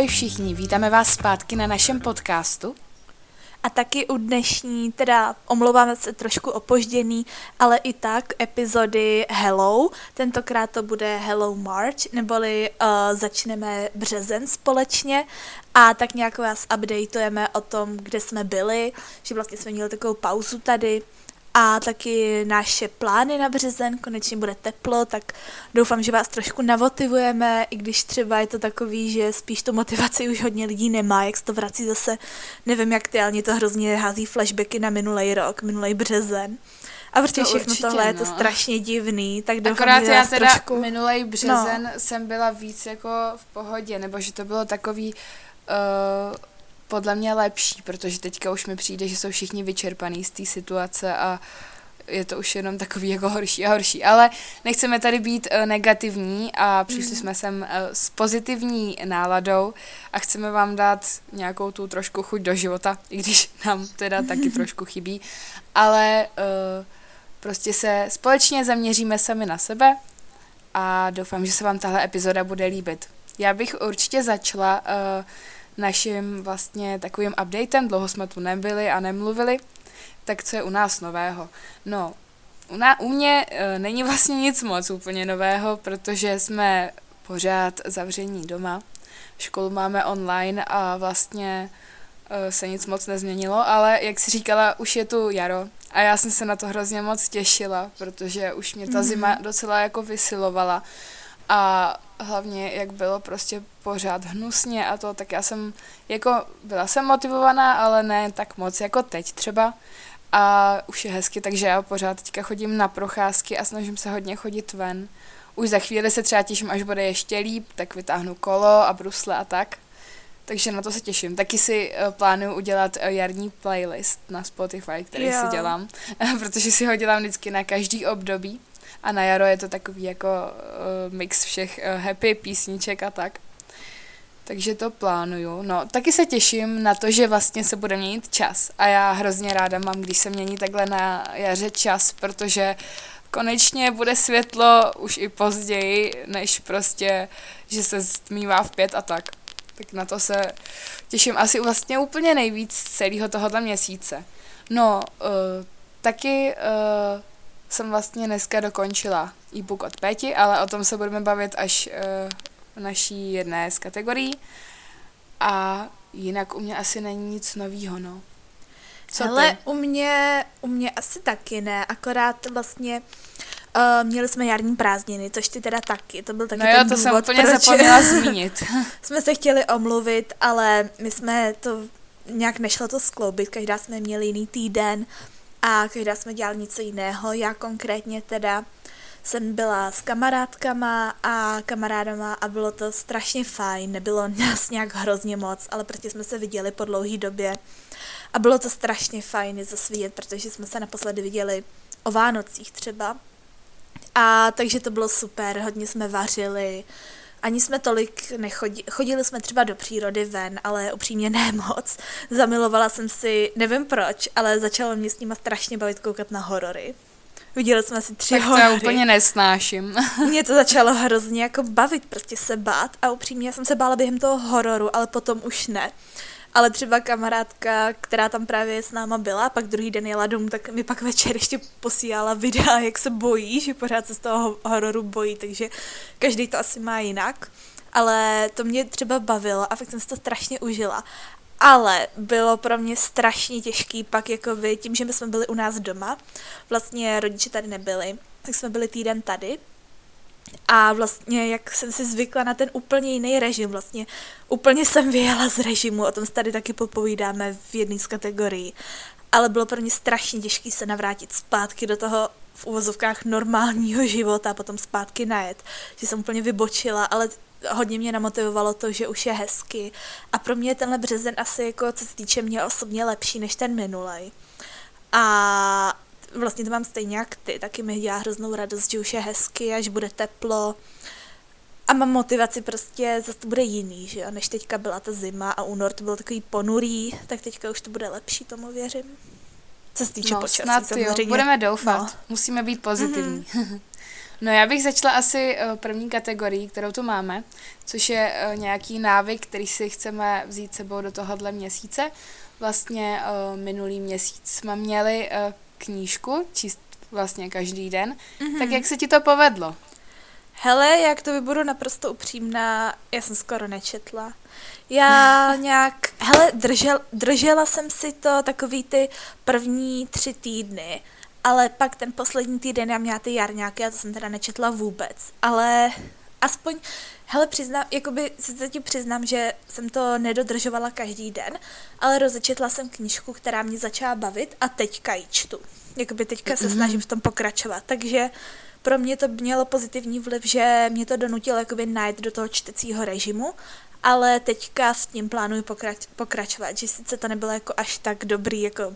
Ahoj všichni, vítáme vás zpátky na našem podcastu. A taky u dnešní, teda omlouváme se trošku opožděný, ale i tak epizody Hello. Tentokrát to bude Hello March, neboli začneme březen společně a tak nějak vás updateujeme o tom, kde jsme byli, že vlastně jsme měli takovou pauzu tady. A taky naše plány na březen, konečně bude teplo, tak doufám, že vás trošku namotivujeme, i když třeba je to takový, že spíš tu motivaci už hodně lidí nemá, jak se to vrací zase, nevím jak ty, ale mě to hrozně hází flashbacky na minulý rok, minulý březen. A protože všechno tohle je to strašně divný, tak doufám, akorát že já vás teda trošku... minulý březen jsem byla víc jako v pohodě, nebo že to bylo takový... podle mě lepší, protože teďka už mi přijde, že jsou všichni vyčerpaný z té situace a je to už jenom takový jako horší a horší. Ale nechceme tady být negativní a přišli jsme sem s pozitivní náladou a chceme vám dát nějakou tu trošku chuť do života, i když nám teda taky trošku chybí. Ale prostě se společně zaměříme sami na sebe a doufám, že se vám tahle epizoda bude líbit. Já bych určitě začala... naším vlastně takovým updatem, dlouho jsme tu nebyli a nemluvili, tak co je u nás nového? No, u mě není vlastně nic moc úplně nového, protože jsme pořád zavření doma, školu máme online a vlastně se nic moc nezměnilo, ale jak jsi říkala, už je tu jaro a já jsem se na to hrozně moc těšila, protože už mě ta zima docela jako vysilovala a hlavně jak bylo prostě pořád hnusně a to, tak já jsem byla jsem motivovaná, ale ne tak moc jako teď třeba a už je hezky, takže já pořád teďka chodím na procházky a snažím se hodně chodit ven. Už za chvíli se třeba těším, až bude ještě líp, tak vytáhnu kolo a brusle a tak. Takže na to se těším. Taky si plánuju udělat jarní playlist na Spotify, který si dělám, protože si ho dělám vždycky na každý období. A na jaro je to takový jako mix všech happy písniček a tak. Takže to plánuju. No, taky se těším na to, že vlastně se bude měnit čas. A já hrozně ráda mám, když se mění takhle na jaře čas, protože konečně bude světlo už i později, než prostě, že se stmívá v 5 a tak. Tak na to se těším asi vlastně úplně nejvíc celého tohoto měsíce. No, taky... jsem vlastně dneska dokončila e-book od Péti, ale o tom se budeme bavit až v naší jedné z kategorií. A jinak u mě asi není nic novýho, no. Co Ale ty? u mě asi taky ne, akorát vlastně měli jsme jarní prázdniny, což ty teda taky, to byl taky ten důvod, to jsem úplně zapomněla zmínit. Jsme se chtěli omluvit, ale my jsme to nějak nešlo to skloubit, každá jsme měli jiný týden, a každá jsme dělali něco jiného. Já konkrétně teda jsem byla s kamarádkama a kamarádama a bylo to strašně fajn. Nebylo nás nějak hrozně moc, ale protože jsme se viděli po dlouhý době. A bylo to strašně fajn zase vidět, protože jsme se naposledy viděli o Vánocích třeba. A takže to bylo super, hodně jsme vařili. Ani jsme tolik chodili jsme třeba do přírody ven, ale upřímně ne moc. Zamilovala jsem si, nevím proč, ale začalo mě s nima strašně bavit koukat na horory. Viděli jsme asi 3 horory. Tak to já úplně nesnáším. Mě to začalo hrozně jako bavit, prostě se bát a upřímně já jsem se bála během toho hororu, ale potom už ne. Ale třeba kamarádka, která tam právě s náma byla, pak druhý den jela domů, tak mi pak večer ještě posílala videa, jak se bojí, že pořád se z toho hororu bojí, takže každý to asi má jinak. Ale to mě třeba bavilo a fakt jsem si to strašně užila. Ale bylo pro mě strašně těžký pak jakoby tím, že my jsme byli u nás doma, vlastně rodiče tady nebyli, tak jsme byli týden tady. A vlastně, jak jsem si zvykla na ten úplně jiný režim, vlastně úplně jsem vyjela z režimu, o tom se tady taky popovídáme v jedné z kategorií, ale bylo pro mě strašně těžké se navrátit zpátky do toho v uvozovkách normálního života a potom zpátky najet, že jsem úplně vybočila, ale hodně mě namotivovalo to, že už je hezky a pro mě je tenhle březen asi jako, co se týče mě osobně lepší než ten minulej. A vlastně to mám stejně jak ty, taky mi dělá hroznou radost, že už je hezky, až bude teplo a mám motivaci prostě, zase to bude jiný, že jo, než teďka byla ta zima a únor to byl takový ponurý, tak teďka už to bude lepší, tomu věřím. Co se týče počasí, snad samozřejmě. Jo, budeme doufat, musíme být pozitivní. No já bych začala asi první kategorii, kterou tu máme, což je nějaký návyk, který si chceme vzít sebou do tohohle měsíce. Vlastně minulý měsíc jsme měli knížku, číst vlastně každý den. Tak jak se ti to povedlo? Hele, jak to budu naprosto upřímná, já jsem skoro nečetla. Já nějak, hele, držela jsem si to takový ty první 3 týdny, ale pak ten poslední týden já měla ty jarňáky a to jsem teda nečetla vůbec, ale aspoň, hele, sice ti přiznám, že jsem to nedodržovala každý den, ale rozečetla jsem knížku, která mě začala bavit a teďka ji čtu. Jakoby teďka se snažím v tom pokračovat, takže pro mě to mělo pozitivní vliv, že mě to donutilo jakoby najít do toho čtecího režimu, ale teďka s tím plánuji pokračovat, že sice to nebylo jako až tak dobrý jako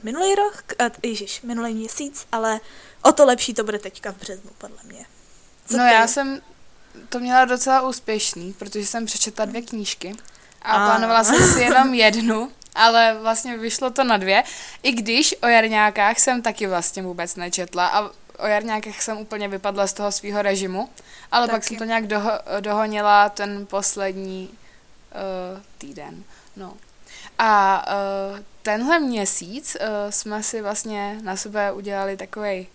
minulý měsíc, ale o to lepší to bude teďka v březnu, podle mě. Co ty? Já jsem to měla docela úspěšný, protože jsem přečetla 2 knížky a plánovala jsem si jenom jednu, ale vlastně vyšlo to na 2, i když o jarňákách jsem taky vlastně vůbec nečetla a o jarňákách jsem úplně vypadla z toho svýho režimu, ale taky. Pak jsem to nějak dohonila ten poslední týden. No. A tenhle měsíc jsme si vlastně na sebe udělali takovej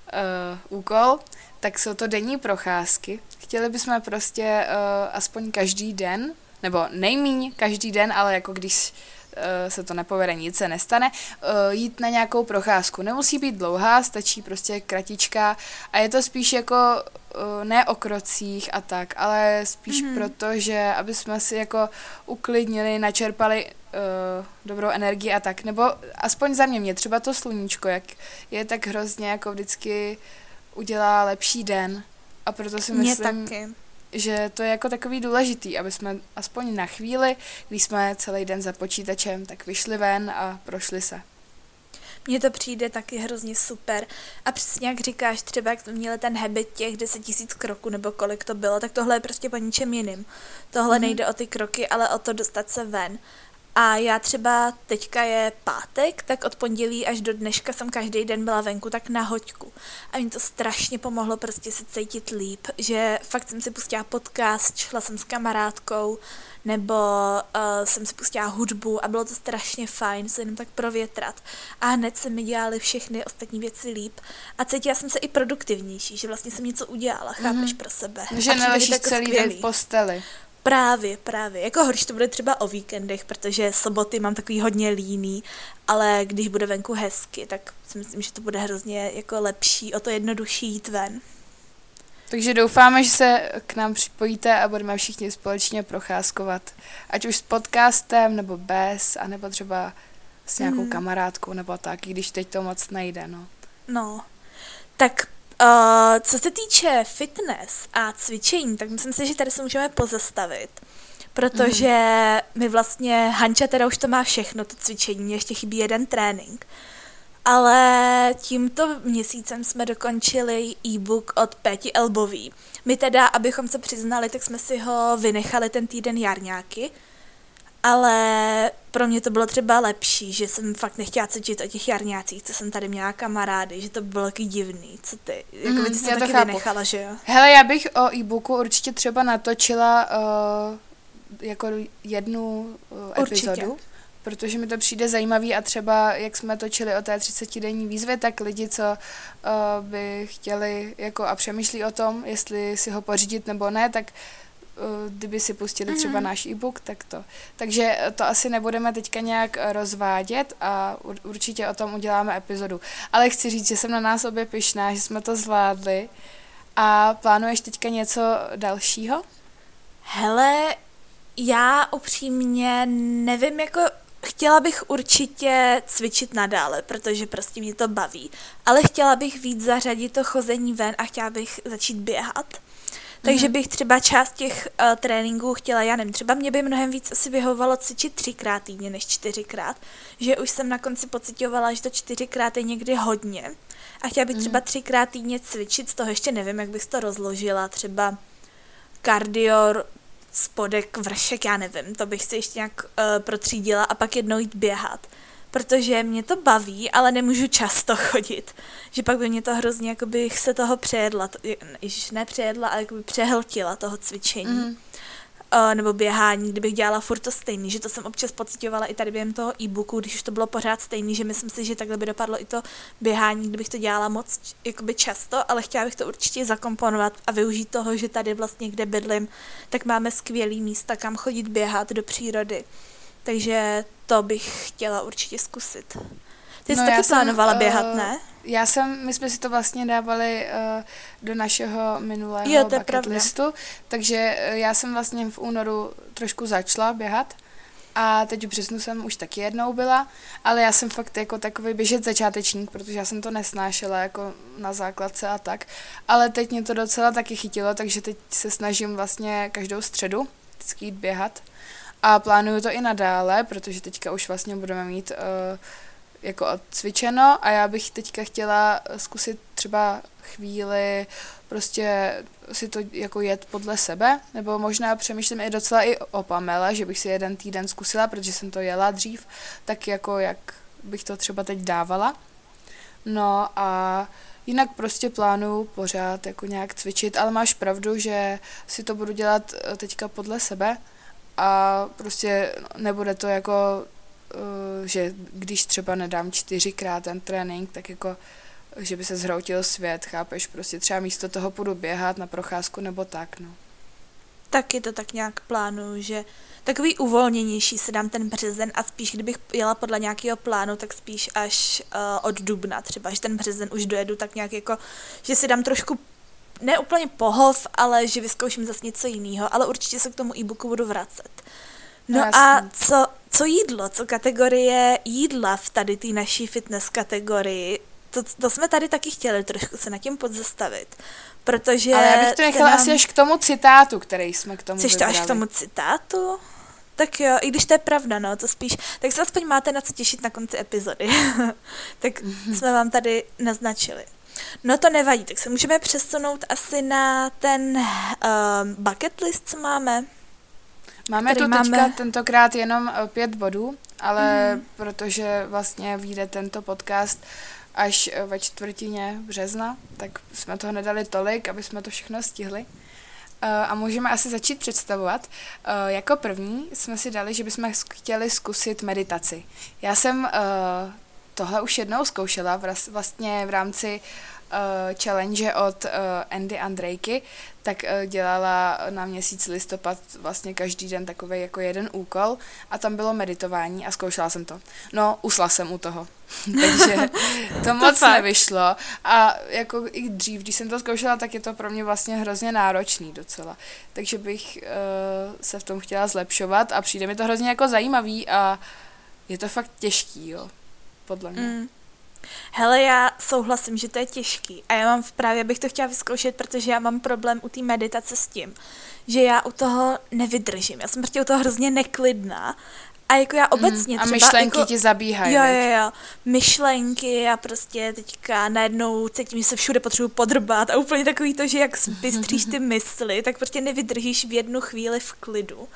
úkol, tak jsou to denní procházky. Chtěli bychom prostě aspoň každý den, nebo nejmíň každý den, ale jako když se to nepovede, nic se nestane, jít na nějakou procházku. Nemusí být dlouhá, stačí prostě kratičká a je to spíš jako ne o krocích a tak, ale spíš proto, že aby jsme si jako uklidnili, načerpali dobrou energii a tak, nebo aspoň za mě třeba to sluníčko, jak je tak hrozně jako vždycky udělá lepší den a proto si myslím, že to je jako takový důležitý, aby jsme aspoň na chvíli, když jsme celý den za počítačem, tak vyšli ven a prošli se. Mně to přijde taky hrozně super. A přesně jak říkáš, třeba jak jsme měli ten habit těch 10 000 kroků, nebo kolik to bylo, tak tohle je prostě po ničem jiným. Tohle nejde o ty kroky, ale o to dostat se ven. A já třeba teďka je pátek, tak od pondělí až do dneška jsem každý den byla venku tak na hoďku. A mi to strašně pomohlo prostě se cítit líp, že fakt jsem si pustila podcast, šla jsem s kamarádkou, nebo jsem si pustila hudbu a bylo to strašně fajn se jenom tak provětrat. A hned se mi dělaly všechny ostatní věci líp a cítila jsem se i produktivnější, že vlastně jsem něco udělala, chápeš, pro sebe. Že neležíš celý den v posteli. Právě. Jako horší to bude třeba o víkendech, protože soboty mám takový hodně líný, ale když bude venku hezky, tak si myslím, že to bude hrozně jako lepší, o to jednodušší jít ven. Takže doufáme, že se k nám připojíte a budeme všichni společně procházkovat. Ať už s podcastem, nebo bez, anebo třeba s nějakou kamarádkou, nebo tak, i když teď to moc nejde, no. No, tak co se týče fitness a cvičení, tak myslím si, že tady se můžeme pozastavit, protože my vlastně, Hanča teda už to má všechno, to cvičení, mě ještě chybí 1 trénink. Ale tímto měsícem jsme dokončili e-book od Péti Elbový. My teda, abychom se přiznali, tak jsme si ho vynechali ten týden jarňáky, ale pro mě to bylo třeba lepší, že jsem fakt nechtěla cvičit o těch jarňácích, co jsem tady měla kamarády, že to bylo taky divný, co ty? Jako ty jsi to taky vynechala, že jo? Hele, já bych o e-booku určitě třeba natočila jako 1 epizodu. Protože mi to přijde zajímavý a třeba, jak jsme točili o té 30denní výzvě, tak lidi, co by chtěli jako a přemýšlí o tom, jestli si ho pořídit nebo ne, tak kdyby si pustili třeba náš e-book, tak to. Takže to asi nebudeme teďka nějak rozvádět a určitě o tom uděláme epizodu. Ale chci říct, že jsem na nás obě pyšná, že jsme to zvládli. A plánuješ teďka něco dalšího? Hele, já upřímně nevím, jako chtěla bych určitě cvičit nadále, protože prostě mě to baví, ale chtěla bych víc zařadit to chození ven a chtěla bych začít běhat. Takže bych třeba část těch tréninků chtěla, já nevím, třeba mě by mnohem víc asi vyhovovalo cvičit 3x týdně než 4x, že už jsem na konci pocitovala, že to 4x je někdy hodně a chtěla bych třeba 3x týdně cvičit, z toho ještě nevím, jak bych to rozložila, třeba kardio, spodek, vršek, já nevím, to bych si ještě nějak protřídila a pak jednou jít běhat. protože mě to baví, ale nemůžu často chodit. Že pak by mě to hrozně, jakoby se toho přejedla, ježiš, ne přejedla, ale jakoby přehltila toho cvičení. Nebo běhání, kdybych dělala furt to stejný, že to jsem občas pocitovala i tady během toho e-booku, když už to bylo pořád stejný, že myslím si, že takhle by dopadlo i to běhání, kdybych to dělala moc jakoby často, ale chtěla bych to určitě zakomponovat a využít toho, že tady vlastně, kde bydlím, tak máme skvělý místa, kam chodit běhat do přírody. Takže to bych chtěla určitě zkusit. Ty jsi taky plánovala běhat, ne? My jsme si to vlastně dávali do našeho minulého bucket listu, takže já jsem vlastně v únoru trošku začala běhat a teď v březnu jsem už taky jednou byla, ale já jsem fakt jako takový běžec začátečník, protože já jsem to nesnášela jako na základce a tak, ale teď mě to docela taky chytilo, takže teď se snažím vlastně každou středu vždycky jít běhat a plánuju to i nadále, protože teďka už vlastně budeme mít jako odcvičeno a já bych teďka chtěla zkusit třeba chvíli prostě si to jako jet podle sebe, nebo možná přemýšlím i docela i o Pamele, že bych si jeden týden zkusila, protože jsem to jela dřív, tak jako jak bych to třeba teď dávala. No a jinak prostě plánuju pořád jako nějak cvičit, ale máš pravdu, že si to budu dělat teďka podle sebe a prostě nebude to jako že když třeba nedám 4krát ten trénink, tak jako, že by se zhroutil svět, chápeš, prostě třeba místo toho půjdu běhat na procházku nebo tak, no. Taky to tak nějak plánuju, že takový uvolněnější se dám ten březen a spíš, kdybych jela podle nějakého plánu, tak spíš až od dubna třeba, že ten březen už dojedu tak nějak jako, že si dám trošku ne úplně pohov, ale že vyzkouším zase něco jiného, ale určitě se k tomu e-booku budu vracet. No a co jídlo, co kategorie jídla v tady té naší fitness kategorii, to jsme tady taky chtěli trošku se nad tím podzastavit, protože... Ale já bych to nechala asi až k tomu citátu, který jsme k tomu vybrali. Chceš to až k tomu citátu? Tak jo, i když to je pravda, no, to spíš... Tak se aspoň máte na co těšit na konci epizody. Tak jsme vám tady naznačili. No to nevadí, tak se můžeme přesunout asi na ten bucket list, co máme. Máme tu teďka tentokrát jenom 5 bodů, ale protože vlastně vyjde tento podcast až ve čtvrtině března, tak jsme toho nedali tolik, aby jsme to všechno stihli. A můžeme asi začít představovat. Jako první jsme si dali, že bychom chtěli zkusit meditaci. Já jsem tohle už jednou zkoušela vlastně v rámci challenge od Andy Andrejky, tak dělala na měsíc listopad vlastně každý den takovej jako jeden úkol a tam bylo meditování a zkoušela jsem to. No, usla jsem u toho, takže to moc nevyšlo a jako i dřív, když jsem to zkoušela, tak je to pro mě vlastně hrozně náročný docela, takže bych se v tom chtěla zlepšovat a přijde mi to hrozně jako zajímavý a je to fakt těžký, jo, podle mě. Hele, já souhlasím, že to je těžký a já mám právě bych to chtěla vyzkoušet, protože já mám problém u té meditace s tím, že já u toho nevydržím. Já jsem prostě u toho hrozně neklidná a jako já obecně třeba... A myšlenky jako, ti zabíhají. Jo. Myšlenky a prostě teďka najednou cítím, že se všude potřebuji podrbat a úplně takový to, že jak zbystříš ty mysli, tak prostě nevydržíš v jednu chvíli v klidu.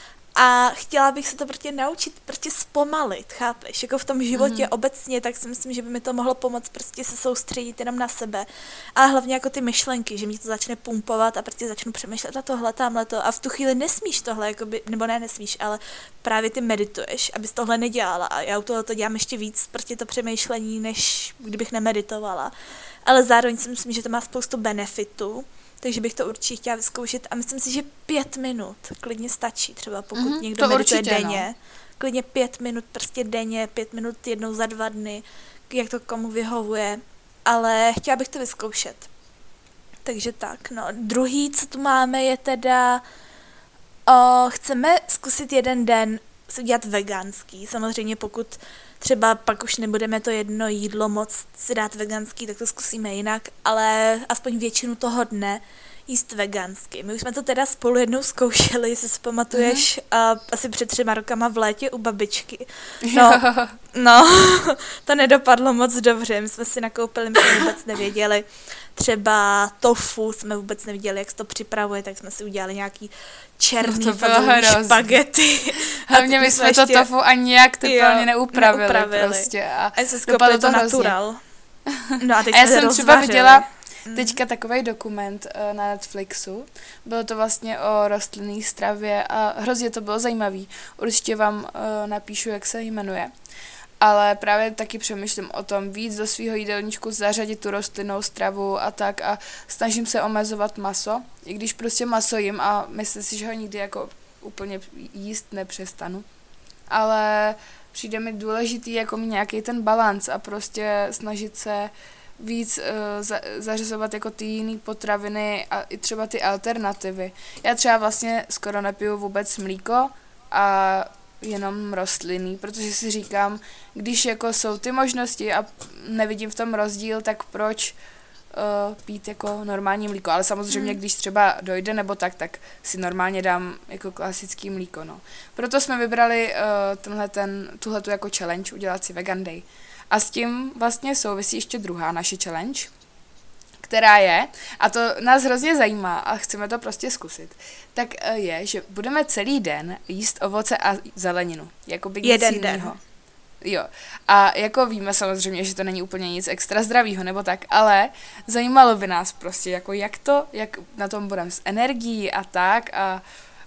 A chtěla bych se to prostě naučit prostě zpomalit, chápeš? Jako v tom životě obecně, tak si myslím, že by mi to mohlo pomoct prostě se soustředit jenom na sebe. A hlavně jako ty myšlenky, že mi to začne pumpovat a prostě začnu přemýšlet a tohle, tamhleto. A v tu chvíli nesmíš tohle, jakoby, nebo ne nesmíš, ale právě ty medituješ, abys tohle nedělala. A já u toho to dělám ještě víc, prostě to přemýšlení, než kdybych nemeditovala. Ale zároveň si myslím, že to má spoustu benefitů. Takže bych to určitě chtěla vyzkoušet a myslím si, že 5 minut klidně stačí, třeba pokud někdo medituje denně. No. Klidně 5 minut prostě denně, 5 minut jednou za 2 dny, jak to komu vyhovuje, ale chtěla bych to vyzkoušet. Takže tak, no. Druhý, co tu máme, je teda, chceme zkusit jeden den si udělat veganský, samozřejmě pokud třeba pak už nebudeme to jedno jídlo moc si dát veganský, tak to zkusíme jinak, ale aspoň většinu toho dne jíst vegansky. My už jsme to teda spolu jednou zkoušeli, jestli si pamatuješ, asi před 3 rokama v létě u babičky. No, to nedopadlo moc dobře, my jsme si nakoupili, my jsme vůbec nevěděli. Třeba tofu jsme vůbec neviděli, jak se to připravuje, tak jsme si udělali nějaký černý fazolí špagety. Hlavně my jsme to tofu ani nějak totálně neupravili. Prostě. A se skopili to natural. No a teď já jsem třeba viděla teďka takovej dokument na Netflixu. Bylo to vlastně o rostlinné stravě a hrozně to bylo zajímavý. Určitě vám napíšu, jak se jmenuje. Ale právě taky přemýšlím o tom víc do svého jídelníčku zařadit tu rostlinnou stravu a tak a snažím se omezovat maso, i když prostě maso jím a myslím si, že ho nikdy jako úplně jíst nepřestanu. Ale přijde mi důležitý jako mít nějaký ten balanc a prostě snažit se víc zařazovat jako ty jiné potraviny a i třeba ty alternativy. Já třeba vlastně skoro nepiju vůbec mlíko a jenom rostlinný, protože si říkám, když jako jsou ty možnosti a nevidím v tom rozdíl, tak proč pít jako normální mlíko. Ale samozřejmě, když třeba dojde nebo tak si normálně dám jako klasický mlíko. No. Proto jsme vybrali tuhletu jako challenge, udělat si vegan day. A s tím vlastně souvisí ještě druhá naše challenge, která je, a to nás hrozně zajímá a chceme to prostě zkusit, tak je, že budeme celý den jíst ovoce a zeleninu. Jakoby nic jinýho. Jo. A jako víme samozřejmě, že to není úplně nic extra zdravýho nebo tak, ale zajímalo by nás prostě, jako jak na tom budeme s energií a tak a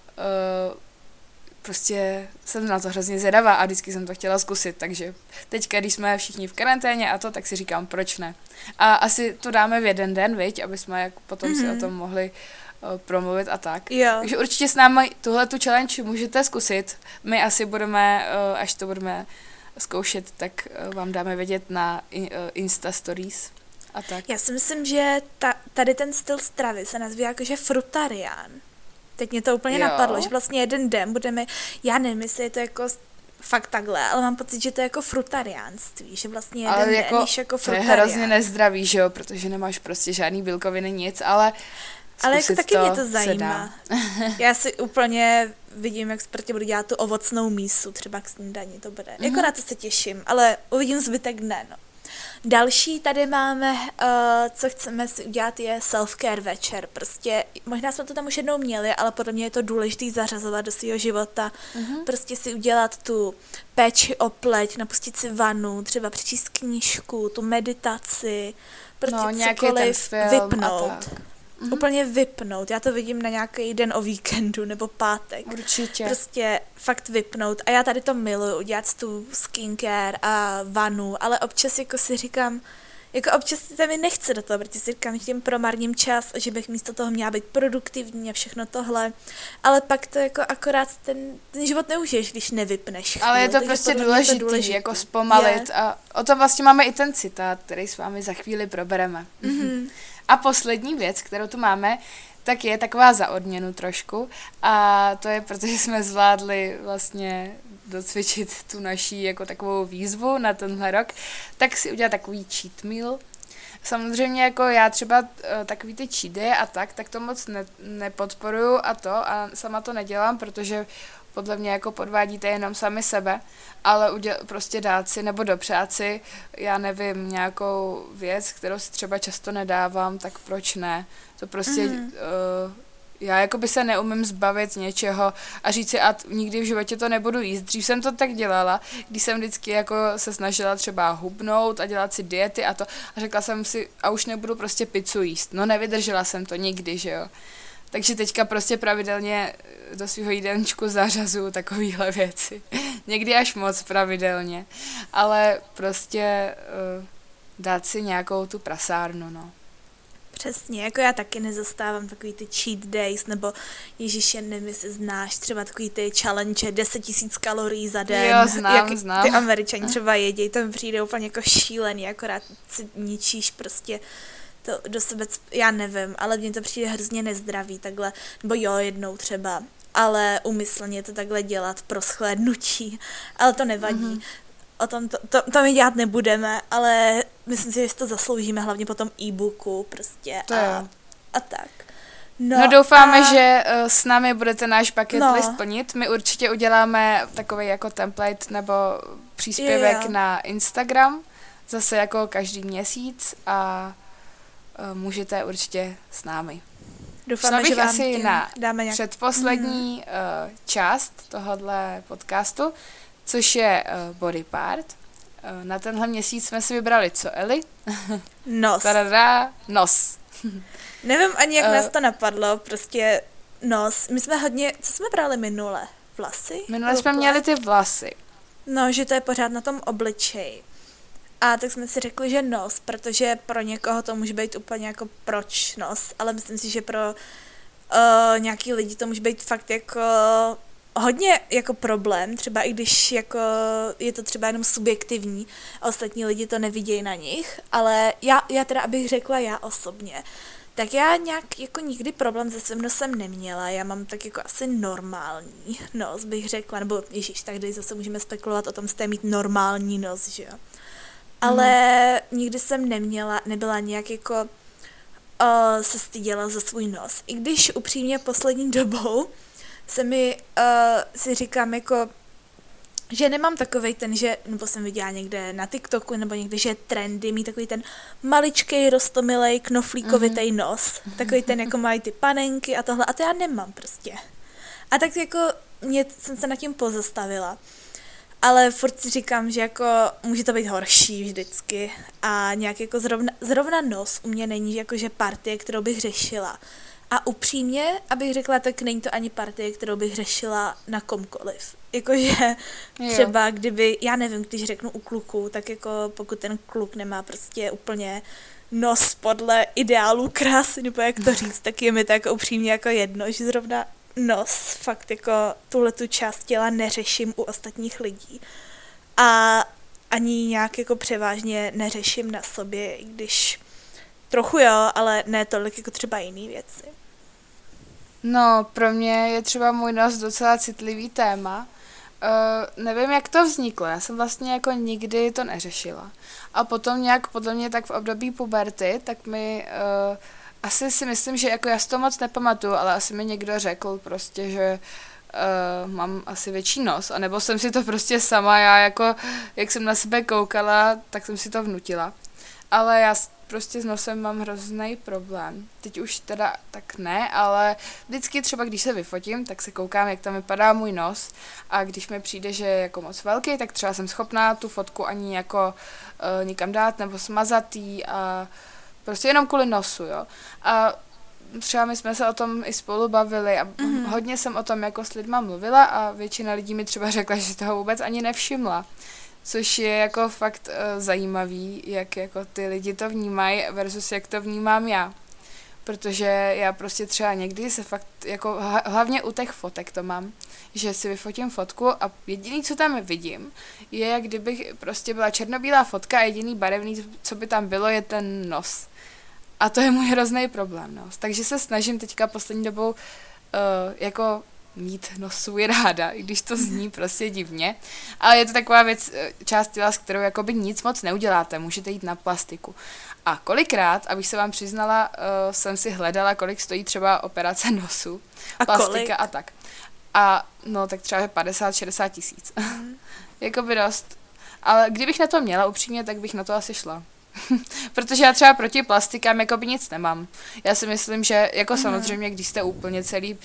prostě jsem na to hrozně zvědavá a vždycky jsem to chtěla zkusit, takže teďka, když jsme všichni v karanténě a to, tak si říkám, proč ne. A asi to dáme v jeden den, viď, aby jsme jak potom si o tom mohli promluvit a tak. Jo. Takže určitě s námi tuhletu challenge můžete zkusit. My asi budeme, až to budeme zkoušet, tak vám dáme vědět na Insta Stories a tak. Já si myslím, že tady ten styl stravy se nazývá jakože frutarián. Teď mě to úplně napadlo, že vlastně jeden den budeme, já nevím, jestli je to jako fakt takhle, ale mám pocit, že to je jako frutariánství, že vlastně jeden den jíš jako frutarián. To je hrozně nezdravý, že jo, protože nemáš prostě žádný bílkoviny, nic, ale jako taky mě to zajímá. Já si úplně vidím, jak zprtě budu dělat tu ovocnou mísu, třeba k snídani to bude. Jako na to se těším, ale uvidím zbytek dne, no. Další tady máme, co chceme si udělat, je self-care večer. Prostě, možná jsme to tam už jednou měli, ale podle mě je to důležité zařazovat do svého života. Prostě si udělat tu péči o pleť, napustit si vanu, třeba přečíst knížku, tu meditaci, prostě cokoliv vypnout. Úplně vypnout. Já to vidím na nějaký den o víkendu nebo pátek. Určitě. Prostě fakt vypnout. A já tady to miluji, udělat tu skincare a vanu, ale občas jako si říkám, jako občas se mi nechce do toho, protože si říkám, že tím promarním čas, že bych místo toho měla být produktivní a všechno tohle. Ale pak to jako akorát ten život neužiješ, když nevypneš chvíli. Ale je to prostě důležitý, jako zpomalit. A o tom vlastně máme i ten citát, který s vámi za chvíli probereme. A poslední věc, kterou tu máme, tak je taková za odměnu trošku a to je, protože jsme zvládli vlastně docvičit tu naší jako takovou výzvu na tenhle rok, tak si udělat takový cheat meal. Samozřejmě jako já třeba takový ty cheat day a tak to moc nepodporuju a sama to nedělám, protože podle mě jako podvádíte jenom sami sebe, ale prostě dát si nebo dopřát si, já nevím, nějakou věc, kterou si třeba často nedávám, tak proč ne? To prostě, já jako by se neumím zbavit něčeho a říct si, a nikdy v životě to nebudu jíst. Dřív jsem to tak dělala, když jsem vždycky jako se snažila třeba hubnout a dělat si diety a to a řekla jsem si, a už nebudu prostě pizzu jíst. No nevydržela jsem to nikdy, že jo. Takže teďka prostě pravidelně do svého jídelníčku zařazuju takovéhle věci. Někdy až moc pravidelně. Ale prostě dát si nějakou tu prasárnu, no. Přesně, jako já taky nezastávám takový ty cheat days, nebo ježiště, nevím, jestli znáš třeba takový ty challenge 10 000 kalorií za den. Jo, znám. Ty Američani třeba jedí, to mi přijde úplně jako šílený, akorát si ničíš prostě to do sebe, já nevím, ale mně to přijde hrozně nezdravý takhle, nebo jo, jednou třeba, ale úmyslně to takhle dělat pro shlédnutí, ale to nevadí. O tom to my dělat nebudeme, ale myslím si, že si to zasloužíme hlavně po tom e-booku prostě a tak. No doufáme, že s námi budete náš bucket list plnit. My určitě uděláme takový jako template nebo příspěvek na Instagram, zase jako každý měsíc a můžete určitě s námi. Doufáme, že vám asi na dáme předposlední část tohohle podcastu, což je body part. Na tenhle měsíc jsme si vybrali co, Eli? Nos. Tadadá, nos. Nevím ani, jak nás to napadlo, prostě nos. My jsme hodně, co jsme brali minule? Vlasy? Minule jsme měli ty vlasy. No, že to je pořád na tom obličeji. A tak jsme si řekli, že nos, protože pro někoho to může být úplně jako proč nos, ale myslím si, že pro nějaký lidi to může být fakt jako hodně jako problém, třeba i když jako je to třeba jenom subjektivní a ostatní lidi to nevidějí na nich, ale já teda, abych řekla já osobně, tak já nějak jako nikdy problém se svým nosem neměla, já mám tak jako asi normální nos, bych řekla, nebo ježiš, tak tady zase můžeme spekulovat o tom, jestli mít normální nos, že jo. Ale nikdy jsem nebyla nějak jako se styděla za svůj nos. I když upřímně poslední dobou si říkám jako, že nemám takovej ten, že, nebo jsem viděla někde na TikToku, nebo někde, že je trendy mít takový ten maličkej, roztomilej, knoflíkovitej nos. Takový ten, jako mají ty panenky a tohle. A to já nemám prostě. A tak jako jsem se nad tím pozastavila. Ale furt si říkám, že jako může to být horší vždycky a nějak jako zrovna nos u mě není jakože partie, kterou bych řešila. A upřímně, abych řekla, tak není to ani partie, kterou bych řešila na komkoliv. Jakože třeba kdyby, já nevím, když řeknu u kluků, tak jako pokud ten kluk nemá prostě úplně nos podle ideálů krásy, nebo jak to říct, tak je mi to jako upřímně jako jedno, že zrovna nos, fakt jako tuhletu část těla neřeším u ostatních lidí. A ani nějak jako převážně neřeším na sobě, i když trochu jo, ale ne tolik jako třeba jiný věci. No, pro mě je třeba můj nos docela citlivý téma. Nevím, jak to vzniklo, já jsem vlastně jako nikdy to neřešila. A potom nějak podle mě tak v období puberty, tak mi asi si myslím, že jako já si to moc nepamatuju, ale asi mi někdo řekl prostě, že mám asi větší nos, anebo jsem si to prostě sama, já jako, jak jsem na sebe koukala, tak jsem si to vnutila. Ale já prostě s nosem mám hrozný problém. Teď už teda tak ne, ale vždycky třeba, když se vyfotím, tak se koukám, jak tam vypadá můj nos a když mi přijde, že je jako moc velký, tak třeba jsem schopná tu fotku ani jako nikam dát nebo smazatý a prostě jenom kvůli nosu, jo. A třeba my jsme se o tom i spolu bavili a hodně jsem o tom jako s lidma mluvila a většina lidí mi třeba řekla, že toho vůbec ani nevšimla. Což je jako fakt zajímavý, jak jako ty lidi to vnímají versus jak to vnímám já. Protože já prostě třeba někdy se fakt, jako hlavně u těch fotek to mám, že si vyfotím fotku a jediný, co tam vidím, je, jak kdybych prostě byla černobílá fotka a jediný barevný, co by tam bylo, je ten nos. A to je můj hrozný problém, no. Takže se snažím teďka poslední dobou jako mít nos svůj ráda, i když to zní prostě divně. Ale je to taková věc, část těla, s kterou jakoby nic moc neuděláte, můžete jít na plastiku. A kolikrát, abych se vám přiznala, jsem si hledala, kolik stojí třeba operace nosu, a plastika kolik? A tak. A no, tak třeba 50-60 tisíc. Jakoby dost. Ale kdybych na to měla upřímně, tak bych na to asi šla. Protože já třeba proti plastikám jakoby nic nemám. Já si myslím, že jako samozřejmě, když jste úplně celý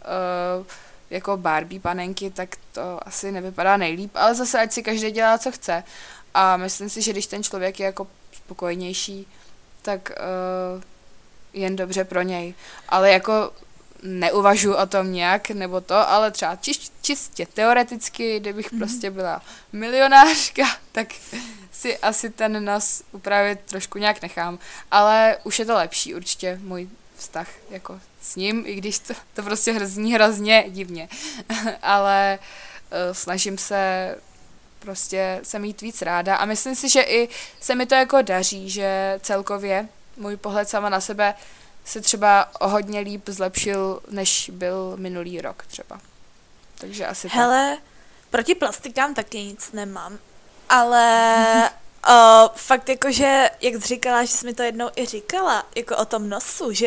jako Barbie panenky, tak to asi nevypadá nejlíp, ale zase ať si každý dělá, co chce. A myslím si, že když ten člověk je jako spokojenější, tak jen dobře pro něj. Ale jako neuvažuji o tom nějak, nebo to, ale třeba čistě teoreticky, kdybych prostě byla milionářka, tak si asi ten nos upravit trošku nějak nechám. Ale už je to lepší, určitě můj vztah jako s ním, i když to prostě hrozně divně. Ale snažím se prostě se mít víc ráda a myslím si, že i se mi to jako daří, že celkově můj pohled sama na sebe se třeba o hodně líp zlepšil, než byl minulý rok třeba. Takže asi Hele, proti plastikám taky nic nemám, ale fakt jako, že jak jsi říkala, že jsi mi to jednou i říkala, jako o tom nosu, že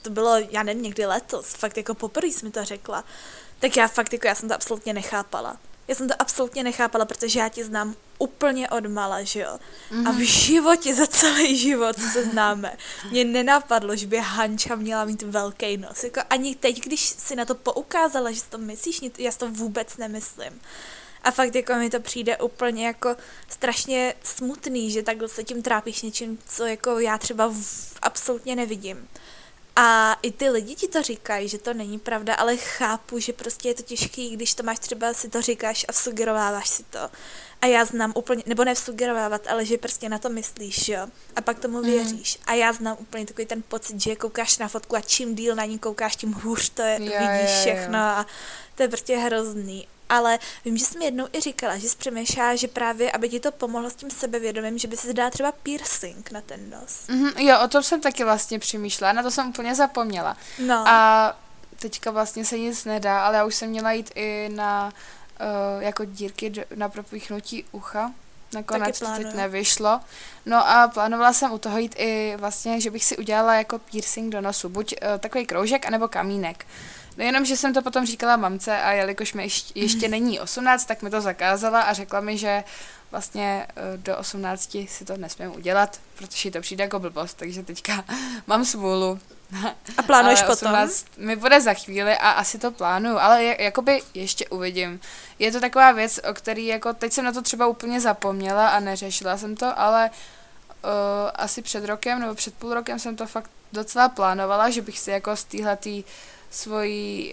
to bylo, já nevím, někdy letos, fakt jako poprvé jsi mi to řekla, tak já fakt jako, já jsem to absolutně nechápala. Já jsem to absolutně nechápala, protože já tě znám úplně odmala, že jo. A v životě, za celý život, co se známe, mě nenapadlo, že by Hanča měla mít velký nos. Jako ani teď, když si na to poukázala, že si to myslíš, já si to vůbec nemyslím. A fakt jako mi to přijde úplně jako strašně smutný, že takhle se tím trápíš něčím, co jako já třeba absolutně nevidím. A i ty lidi ti to říkají, že to není pravda, ale chápu, že prostě je to těžký, když to máš třeba, si to říkáš a sugerováváš si to. A já znám úplně, nebo ne sugerovávat, ale že prostě na to myslíš, jo. A pak tomu věříš. A já znám úplně takový ten pocit, že koukáš na fotku a čím díl na ní koukáš, tím hůř to je, vidíš všechno a to je prostě hrozný. Ale vím, že jsi mi jednou i říkala, že jsi přemýšlela, že právě, aby ti to pomohlo s tím sebevědomím, že by si dala třeba piercing na ten nos. Jo, o tom jsem taky vlastně přemýšlela, na to jsem úplně zapomněla. No. A teďka vlastně se nic nedá, ale já už jsem měla jít i na jako dírky na propíchnutí ucha. Nakonec to teď nevyšlo. No a plánovala jsem u toho jít i vlastně, že bych si udělala jako piercing do nosu. Buď takový kroužek, anebo kamínek. No jenom, že jsem to potom říkala mamce a jelikož mi ještě není 18, tak mi to zakázala a řekla mi, že vlastně do 18 si to nesmím udělat, protože to přijde jako blbost, takže teďka mám smůlu. A plánuješ potom? 18 mi bude za chvíli a asi to plánuju, ale jakoby ještě uvidím. Je to taková věc, o který jako teď jsem na to třeba úplně zapomněla a neřešila jsem to, ale asi před rokem nebo před půl rokem jsem to fakt docela plánovala, že bych si jako z téhletý svojí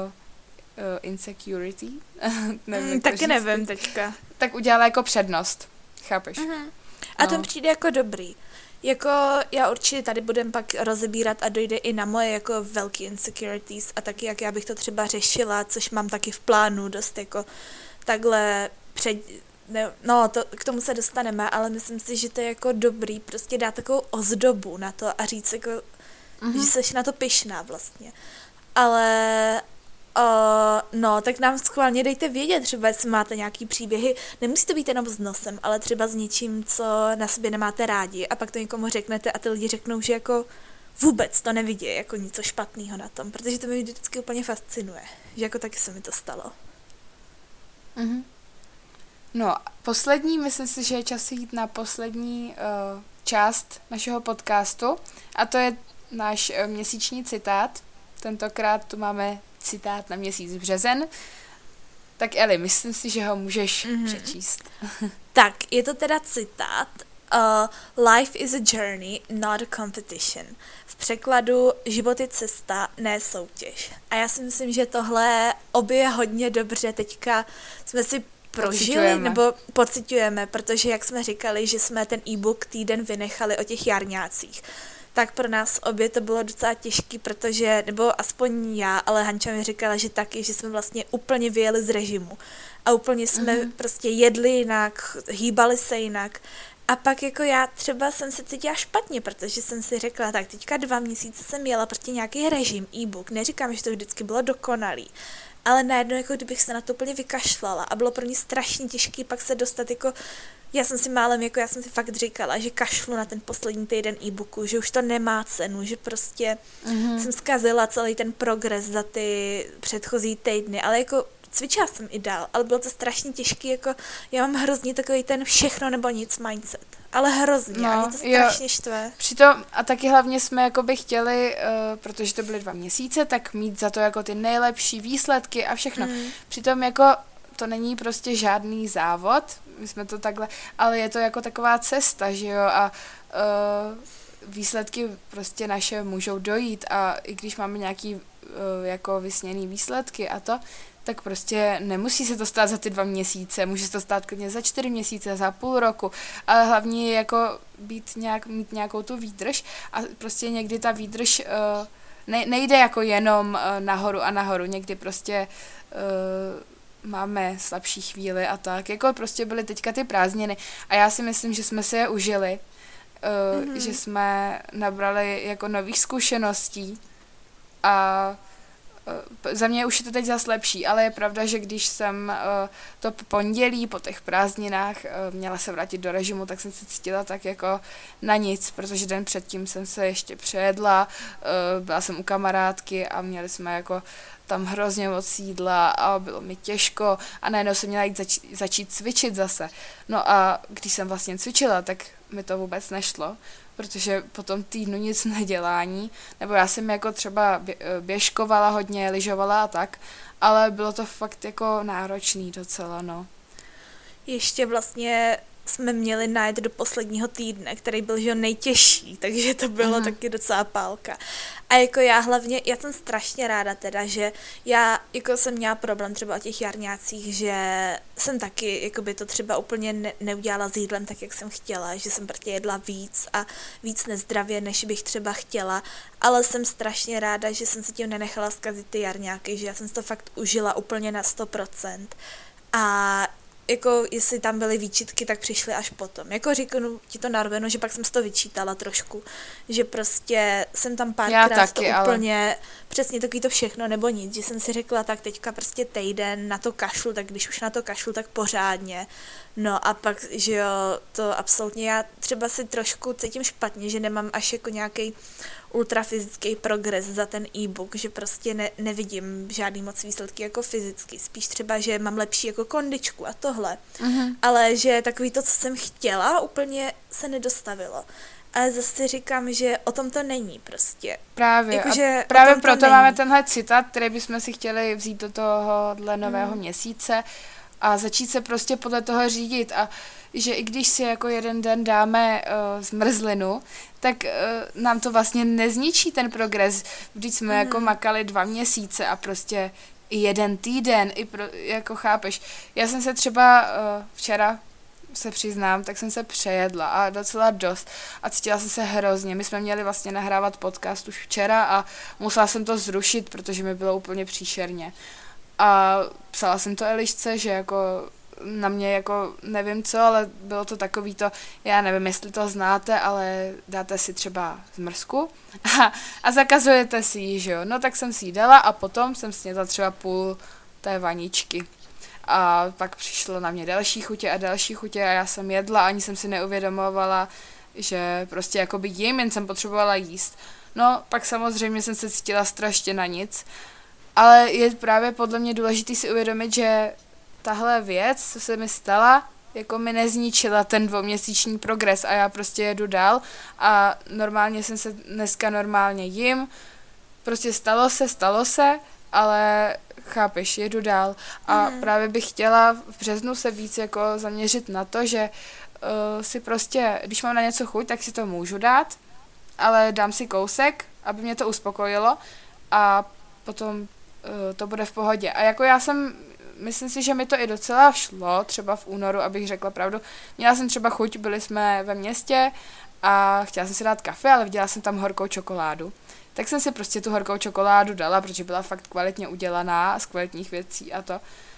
insecurity, taky nevím teďka. Tak udělala jako přednost, chápeš? A to přijde jako dobrý. Jako já určitě tady budem pak rozebírat a dojde i na moje jako velký insecurities a taky jak já bych to třeba řešila, což mám taky v plánu dost jako takhle k tomu se dostaneme, ale myslím si, že to je jako dobrý prostě dát takovou ozdobu na to a říct jako, že jsi na to pyšná vlastně. Ale tak nám schválně dejte vědět, třeba jestli máte nějaký příběhy, nemusí to být jenom s nosem, ale třeba s něčím, co na sobě nemáte rádi a pak to někomu řeknete a ty lidi řeknou, že jako vůbec to nevidí jako něco špatného na tom, protože to mě vždycky úplně fascinuje, že jako taky se mi to stalo. No, poslední, myslím si, že je čas jít na poslední část našeho podcastu a to je náš měsíční citát. Tentokrát tu máme citát na měsíc březen. Tak Eli, myslím si, že ho můžeš přečíst. Tak, je to teda citát Life is a journey, not a competition. V překladu život je cesta, ne soutěž. A já si myslím, že tohle obě hodně dobře teďka jsme si prožili, nebo pociťujeme, protože jak jsme říkali, že jsme ten e-book týden vynechali o těch jarňácích, tak pro nás obě to bylo docela těžký, protože, nebo aspoň já, ale Hanča mi říkala, že taky, že jsme vlastně úplně vyjeli z režimu a úplně jsme prostě jedli jinak, hýbali se jinak a pak jako já třeba jsem se cítila špatně, protože jsem si řekla, tak teďka 2 měsíce jsem jela prostě nějaký režim, e-book, neříkám, že to vždycky bylo dokonalý, ale najednou jako kdybych se na to úplně vykašlala a bylo pro mě strašně těžký pak se dostat jako já jsem si fakt říkala, že kašlu na ten poslední týden e-booku, že už to nemá cenu, že prostě jsem zkazila celý ten progres za ty předchozí týdny, ale jako cvičila jsem i dál, ale bylo to strašně těžký, jako já mám hrozně takový ten všechno nebo nic mindset, ale hrozně, a mě to strašně štve. Přitom, a taky hlavně jsme jakoby chtěli, protože to byly 2 měsíce, tak mít za to jako ty nejlepší výsledky a všechno. Přitom jako to není prostě žádný závod, my jsme to takhle, ale je to jako taková cesta, že jo, a výsledky prostě naše můžou dojít a i když máme nějaký jako vysněný výsledky a to, tak prostě nemusí se to stát za ty 2 měsíce, může se to stát klidně za 4 měsíce, za půl roku, ale hlavně je jako mít nějakou tu výdrž a prostě někdy ta výdrž nejde jako jenom nahoru a nahoru, někdy prostě máme slabší chvíli a tak, jako prostě byly teďka ty prázdniny a já si myslím, že jsme si je užili, že jsme nabrali jako nových zkušeností a za mě už je to teď zas lepší, ale je pravda, že když jsem to pondělí po těch prázdninách měla se vrátit do režimu, tak jsem se cítila tak jako na nic, protože den předtím jsem se ještě přejedla, byla jsem u kamarádky a měli jsme jako tam hrozně moc jídla a bylo mi těžko a najednou jsem měla jít začít cvičit zase. No a když jsem vlastně cvičila, tak mi to vůbec nešlo, protože po tom týdnu nic nedělání, nebo já jsem jako třeba běžkovala hodně, lyžovala a tak, ale bylo to fakt jako náročný docela, no. Ještě vlastně jsme měli najet do posledního týdne, který byl že nejtěžší, takže to bylo taky docela pálka. A jako já jsem strašně ráda teda, že já jako jsem měla problém třeba o těch jarňácích, že jsem taky jakoby to třeba úplně neudělala s jídlem tak, jak jsem chtěla, že jsem prostě jedla víc a víc nezdravě, než bych třeba chtěla, ale jsem strašně ráda, že jsem se tím nenechala zkazit ty jarňáky, že já jsem si to fakt užila úplně na 100%. A jako jestli tam byly výčitky, tak přišly až potom. Jako říkám ti to na rovinu, že pak jsem si to vyčítala trošku, že prostě jsem tam párkrát to úplně přesně takový to všechno nebo nic, že jsem si řekla, tak teďka prostě týden na to kašlu, tak když už na to kašlu, tak pořádně. No a pak, že jo, to absolutně já třeba si trošku cítím špatně, že nemám až jako nějaký ultrafyzický progres za ten e-book, že prostě nevidím žádný moc výsledky jako fyzicky, spíš třeba, že mám lepší jako kondičku a tohle, ale že takový to, co jsem chtěla, úplně se nedostavilo. Ale zase říkám, že o tom to není prostě. Právě, jako, a právě proto máme tenhle citát, který bychom si chtěli vzít do tohohle nového měsíce a začít se prostě podle toho řídit a že i když si jako jeden den dáme zmrzlinu, tak nám to vlastně nezničí ten progres. Vždyť jsme jako makali 2 měsíce a prostě i jeden týden, jako chápeš. Já jsem se třeba včera se přiznám, tak jsem se přejedla a docela dost a cítila jsem se hrozně. My jsme měli vlastně nahrávat podcast už včera a musela jsem to zrušit, protože mi bylo úplně příšerně. A psala jsem to Elišce, že jako na mě jako nevím co, ale bylo to takový to, já nevím, jestli to znáte, ale dáte si třeba zmrzku a zakazujete si ji, že jo. No tak jsem si ji dala a potom jsem snědla třeba půl té vaničky. A pak přišlo na mě další chutě a já jsem jedla, ani jsem si neuvědomovala, že prostě jakoby jim, jen jsem potřebovala jíst. No, pak samozřejmě jsem se cítila strašně na nic, ale je právě podle mě důležitý si uvědomit, že tahle věc, co se mi stala, jako mi nezničila ten 2měsíční progres a já prostě jedu dál a normálně jsem se dneska normálně jim, prostě stalo se, ale chápeš, jedu dál a právě bych chtěla v březnu se víc jako zaměřit na to, že si prostě, když mám na něco chuť, tak si to můžu dát, ale dám si kousek, aby mě to uspokojilo a potom to bude v pohodě. A jako myslím si, že mi to i docela šlo, třeba v únoru, abych řekla pravdu. Měla jsem třeba chuť, byli jsme ve městě a chtěla jsem si dát kafe, ale viděla jsem tam horkou čokoládu. Tak jsem si prostě tu horkou čokoládu dala, protože byla fakt kvalitně udělaná, z kvalitních věcí a to.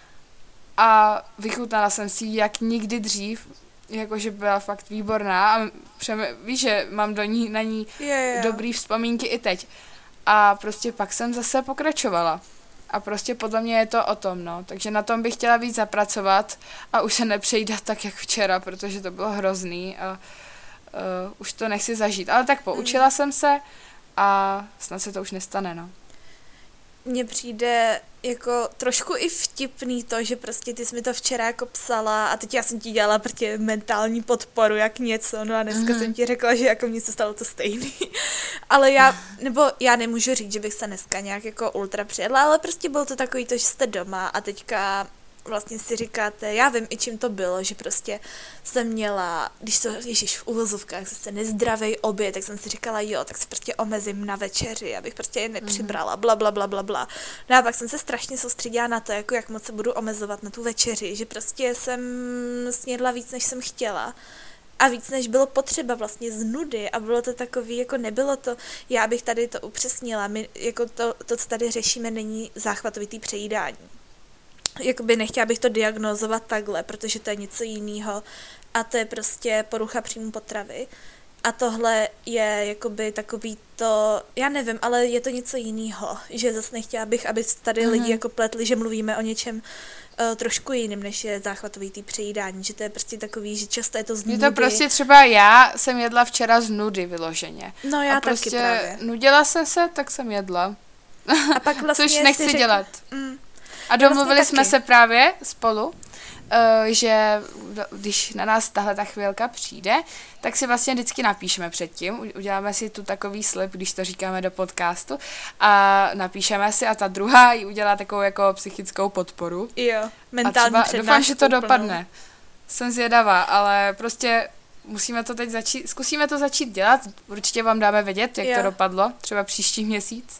A vychutnala jsem si ji jak nikdy dřív, jakože byla fakt výborná a víš, že mám na ní dobrý vzpomínky i teď. A prostě pak jsem zase pokračovala. A prostě podle mě je to o tom, no. Takže na tom bych chtěla víc zapracovat a už se nepřejdat tak, jak včera, protože to bylo hrozný a už to nechci zažít. Ale tak poučila jsem se a snad se to už nestane, no. Mně přijde jako trošku i vtipný to, že prostě ty jsi mi to včera jako psala a teď já jsem ti dělala prostě mentální podporu jak něco, no a dneska jsem ti řekla, že jako mně se stalo to stejný. Ale já nemůžu říct, že bych se dneska nějak jako ultra přijedla, ale prostě bylo to takový to, že jste doma a teďka vlastně si říkáte, já vím i čím to bylo, že prostě jsem měla, když to ježíš v uvozovkách, zase nezdravý oběd, tak jsem si říkala, jo, tak se prostě omezím na večeři, abych prostě je nepřibrala, bla, bla, bla, bla, bla. No a pak jsem se strašně soustředila na to, jako jak moc se budu omezovat na tu večeři, že prostě jsem snědla víc, než jsem chtěla. A víc, než bylo potřeba vlastně z nudy a bylo to takový, jako nebylo to, já bych tady to upřesnila, my, jako to, co tady řešíme, není záchvatovitý přejídání. Jakoby nechtěla bych to diagnózovat takhle, protože to je něco jiného a to je prostě porucha příjmu potravy. A tohle je jakoby takový to, já nevím, ale je to něco jiného, že zase nechtěla bych, aby tady lidi jako pletli, že mluvíme o něčem trošku jiným, než je záchvatový tý přejídání, že to je prostě takový, že často je to z nudy. Je to prostě třeba já jsem jedla včera z nudy vyloženě. No já a taky prostě právě. nudila jsem se, tak jsem jedla. A pak vlastně což nechci dělat. A vlastně domluvili jsme taky. se právě spolu, že když na nás tahle ta chvílka přijde, tak si vlastně vždycky napíšeme předtím, uděláme si tu takový slib, když to říkáme do podcastu a napíšeme si a ta druhá ji udělá takovou jako psychickou podporu. Jo, mentální a třeba přednášku doufám, že to úplnou. dopadne. Jsem zvědavá, ale prostě musíme to teď zkusíme to začít dělat, určitě vám dáme vědět, jak to dopadlo, třeba příští měsíc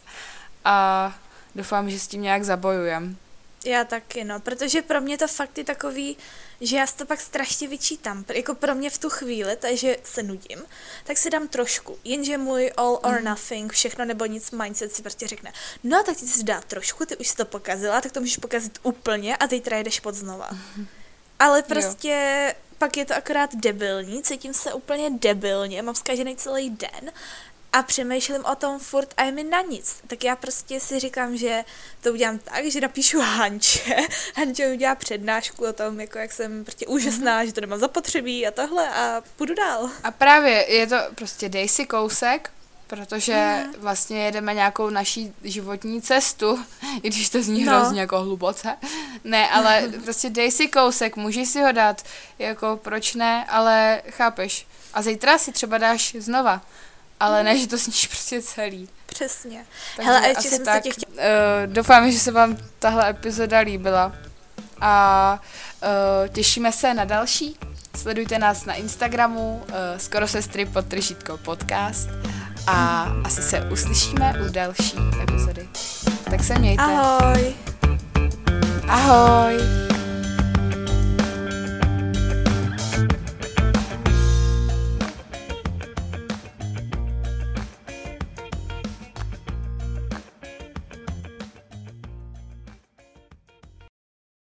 a doufám, že s tím nějak zabojujem. Já taky, no, protože pro mě to fakt je takový, že já si to pak strašně vyčítám. Jako pro mě v tu chvíli, takže se nudím, tak si dám trošku. Jenže můj all or nothing, všechno nebo nic mindset si prostě řekne, no tak ty si dá trošku, ty už si to pokazila, tak to můžeš pokazit úplně a zítra jedeš pod znova. Ale prostě pak je to akorát debilní, cítím se úplně debilně, mám zkažený celý den a přemýšlím o tom furt a je mi na nic. Tak já prostě si říkám, že to udělám tak, že napíšu Hanče. Hanče udělá přednášku o tom, jako jak jsem prostě úžasná, že to nemám zapotřebí a tohle a půjdu dál. A právě je to prostě dej si kousek, protože vlastně jedeme nějakou naší životní cestu, i když to zní hrozně jako hluboce. Ne, ale prostě dej si kousek, můžeš si ho dát, jako proč ne, ale chápeš. A zítra si třeba dáš znova. Ale ne, že to sníš prostě celý. Přesně. Takže hele, a ještě asi jsem tak. se tě chtěla... Doufám, že se vám tahle epizoda líbila. A těšíme se na další. Sledujte nás na Instagramu skorosestry_podcast a asi se uslyšíme u další epizody. Tak se mějte. Ahoj. Ahoj.